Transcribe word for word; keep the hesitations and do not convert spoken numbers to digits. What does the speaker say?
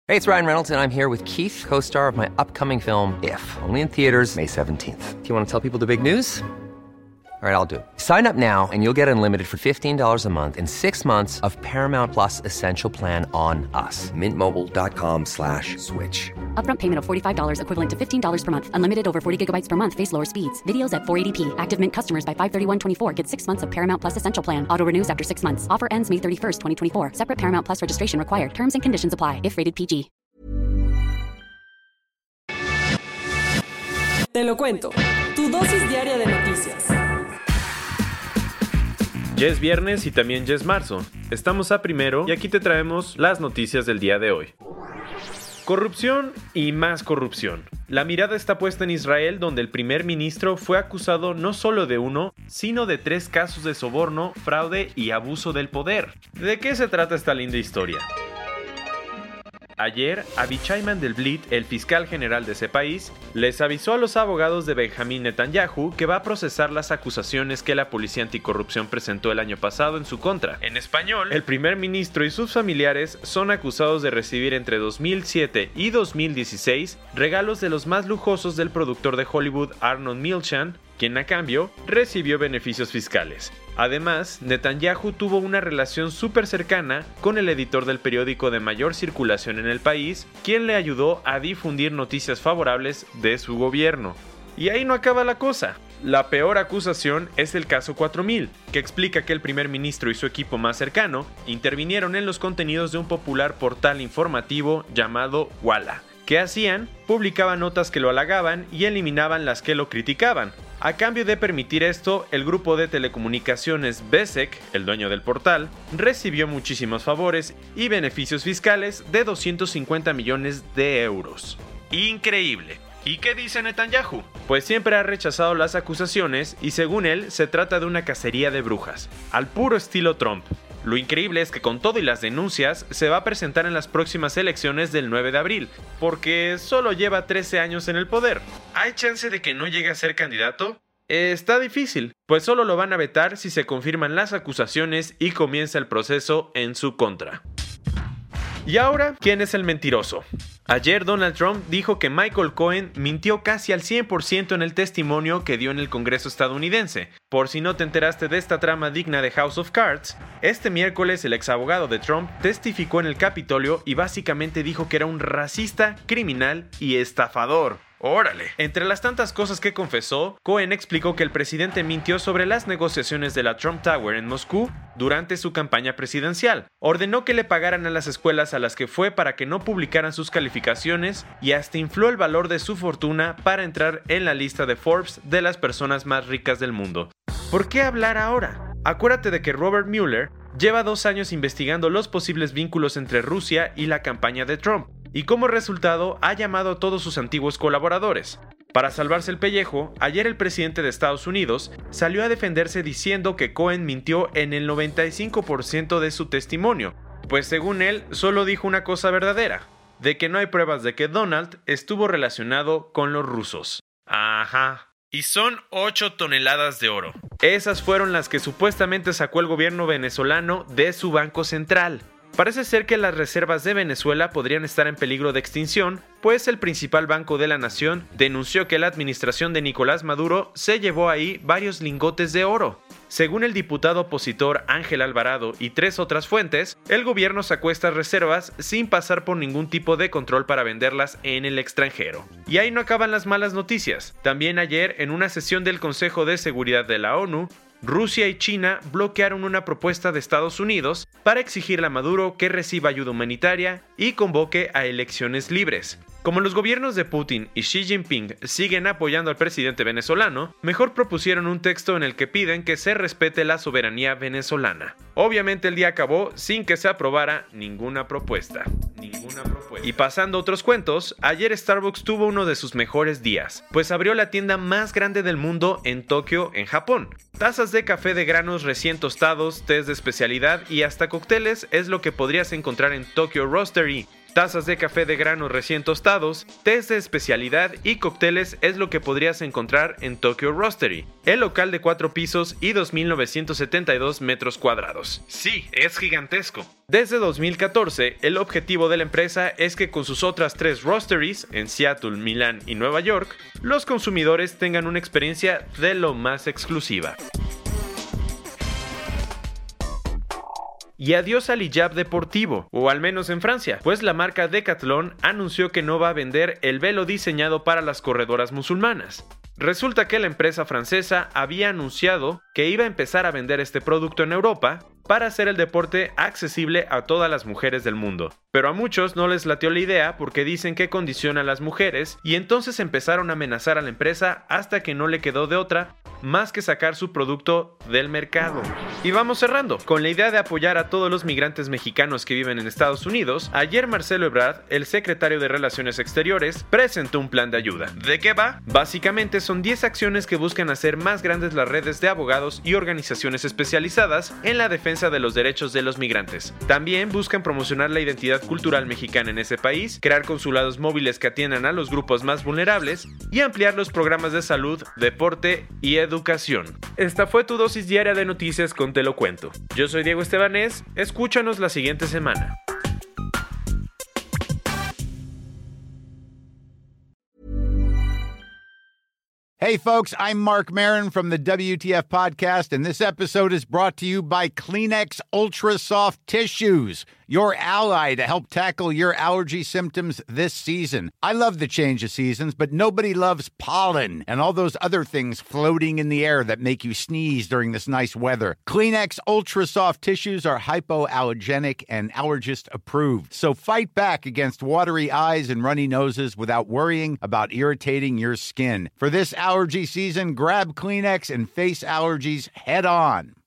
Hey, it's Ryan Reynolds, and I'm here with Keith, co-star of my upcoming film, If, only in theaters May seventeenth. Do you want to tell people the big news? All right, I'll do it. Sign up now and you'll get unlimited for fifteen dollars a month and six months of Paramount Plus Essential Plan on us. Mint Mobile dot com slash switch. Upfront payment of forty-five dollars equivalent to fifteen dollars per month. Unlimited over forty gigabytes per month. Face lower speeds. Videos at four eighty p. Active Mint customers by five thirty-one twenty-four get six months of Paramount Plus Essential Plan. Auto renews after six months. Offer ends May thirty-first, twenty twenty-four. Separate Paramount Plus registration required. Terms and conditions apply if rated P G. Te lo cuento. Tu dosis diaria de noticias. Ya es viernes y también ya es marzo. Estamos a primero y aquí te traemos las noticias del día de hoy. Corrupción y más corrupción. La mirada está puesta en Israel, donde el primer ministro fue acusado no solo de uno, sino de tres casos de soborno, fraude y abuso del poder. ¿De qué se trata esta linda historia? Ayer, Avichai Mandelblit, el fiscal general de ese país, les avisó a los abogados de Benjamín Netanyahu que va a procesar las acusaciones que la Policía Anticorrupción presentó el año pasado en su contra. En español, el primer ministro y sus familiares son acusados de recibir entre dos mil siete y dos mil dieciséis regalos de los más lujosos del productor de Hollywood Arnold Milchan, quien a cambio recibió beneficios fiscales. Además, Netanyahu tuvo una relación súper cercana con el editor del periódico de mayor circulación en el país, quien le ayudó a difundir noticias favorables de su gobierno. Y ahí no acaba la cosa. La peor acusación es el caso cuatro mil, que explica que el primer ministro y su equipo más cercano intervinieron en los contenidos de un popular portal informativo llamado Walla. ¿Qué hacían? Publicaban notas que lo halagaban y eliminaban las que lo criticaban. A cambio de permitir esto, el grupo de telecomunicaciones Bezeq, el dueño del portal, recibió muchísimos favores y beneficios fiscales de doscientos cincuenta millones de euros. ¡Increíble! ¿Y qué dice Netanyahu? Pues siempre ha rechazado las acusaciones y según él se trata de una cacería de brujas, al puro estilo Trump. Lo increíble es que con todo y las denuncias se va a presentar en las próximas elecciones del nueve de abril, porque solo lleva trece años en el poder. ¿Hay chance de que no llegue a ser candidato? Está difícil, pues solo lo van a vetar si se confirman las acusaciones y comienza el proceso en su contra. Y ahora, ¿quién es el mentiroso? Ayer Donald Trump dijo que Michael Cohen mintió casi al cien por ciento en el testimonio que dio en el Congreso estadounidense. Por si no te enteraste de esta trama digna de House of Cards, este miércoles el exabogado de Trump testificó en el Capitolio y básicamente dijo que era un racista, criminal y estafador. ¡Órale! Entre las tantas cosas que confesó, Cohen explicó que el presidente mintió sobre las negociaciones de la Trump Tower en Moscú durante su campaña presidencial. Ordenó que le pagaran a las escuelas a las que fue para que no publicaran sus calificaciones y hasta infló el valor de su fortuna para entrar en la lista de Forbes de las personas más ricas del mundo. ¿Por qué hablar ahora? Acuérdate de que Robert Mueller lleva dos años investigando los posibles vínculos entre Rusia y la campaña de Trump, y como resultado ha llamado a todos sus antiguos colaboradores. Para salvarse el pellejo, ayer el presidente de Estados Unidos salió a defenderse diciendo que Cohen mintió en el noventa y cinco por ciento de su testimonio, pues según él solo dijo una cosa verdadera, de que no hay pruebas de que Donald estuvo relacionado con los rusos. Ajá. Y son ocho toneladas de oro. Esas fueron las que supuestamente sacó el gobierno venezolano de su banco central. Parece ser que las reservas de Venezuela podrían estar en peligro de extinción, pues el principal banco de la nación denunció que la administración de Nicolás Maduro se llevó ahí varios lingotes de oro. Según el diputado opositor Ángel Alvarado y tres otras fuentes, el gobierno sacó estas reservas sin pasar por ningún tipo de control para venderlas en el extranjero. Y ahí no acaban las malas noticias. También ayer, en una sesión del Consejo de Seguridad de la ONU, Rusia y China bloquearon una propuesta de Estados Unidos para exigirle a Maduro que reciba ayuda humanitaria y convoque a elecciones libres. Como los gobiernos de Putin y Xi Jinping siguen apoyando al presidente venezolano, mejor propusieron un texto en el que piden que se respete la soberanía venezolana. Obviamente el día acabó sin que se aprobara ninguna propuesta. Ninguna propuesta. Y pasando a otros cuentos, ayer Starbucks tuvo uno de sus mejores días, pues abrió la tienda más grande del mundo en Tokio, en Japón. Tazas de café de granos recién tostados, tés de especialidad y hasta cócteles es lo que podrías encontrar en Tokyo Roastery. Tazas de café de grano recién tostados, tés de especialidad y cócteles es lo que podrías encontrar en Tokyo Roastery, el local de cuatro pisos y dos mil novecientos setenta y dos metros cuadrados. Sí, es gigantesco. Desde dos mil catorce, el objetivo de la empresa es que con sus otras tres roasteries, en Seattle, Milán y Nueva York, los consumidores tengan una experiencia de lo más exclusiva. Y adiós al hijab deportivo, o al menos en Francia, pues la marca Decathlon anunció que no va a vender el velo diseñado para las corredoras musulmanas. Resulta que la empresa francesa había anunciado que iba a empezar a vender este producto en Europa para hacer el deporte accesible a todas las mujeres del mundo. Pero a muchos no les latió la idea porque dicen que condiciona a las mujeres y entonces empezaron a amenazar a la empresa hasta que no le quedó de otra más que sacar su producto del mercado. Y vamos cerrando. Con la idea de apoyar a todos los migrantes mexicanos que viven en Estados Unidos, ayer Marcelo Ebrard, el secretario de Relaciones Exteriores, presentó un plan de ayuda. ¿De qué va? Básicamente son diez acciones que buscan hacer más grandes las redes de abogados y organizaciones especializadas en la defensa de los derechos de los migrantes. También buscan promocionar la identidad cultural mexicana en ese país, crear consulados móviles que atiendan a los grupos más vulnerables y ampliar los programas de salud, deporte y educación. Esta fue tu dosis diaria de noticias con Te lo cuento. Yo soy Diego Estebanés, escúchanos la siguiente semana. Hey folks, I'm Mark Maron from the W T F podcast, and this episode is brought to you by Kleenex Ultra Soft Tissues, your ally to help tackle your allergy symptoms this season. I love the change of seasons, but nobody loves pollen and all those other things floating in the air that make you sneeze during this nice weather. Kleenex Ultra Soft Tissues are hypoallergenic and allergist approved, so fight back against watery eyes and runny noses without worrying about irritating your skin. For this allergy season, grab Kleenex and face allergies head on.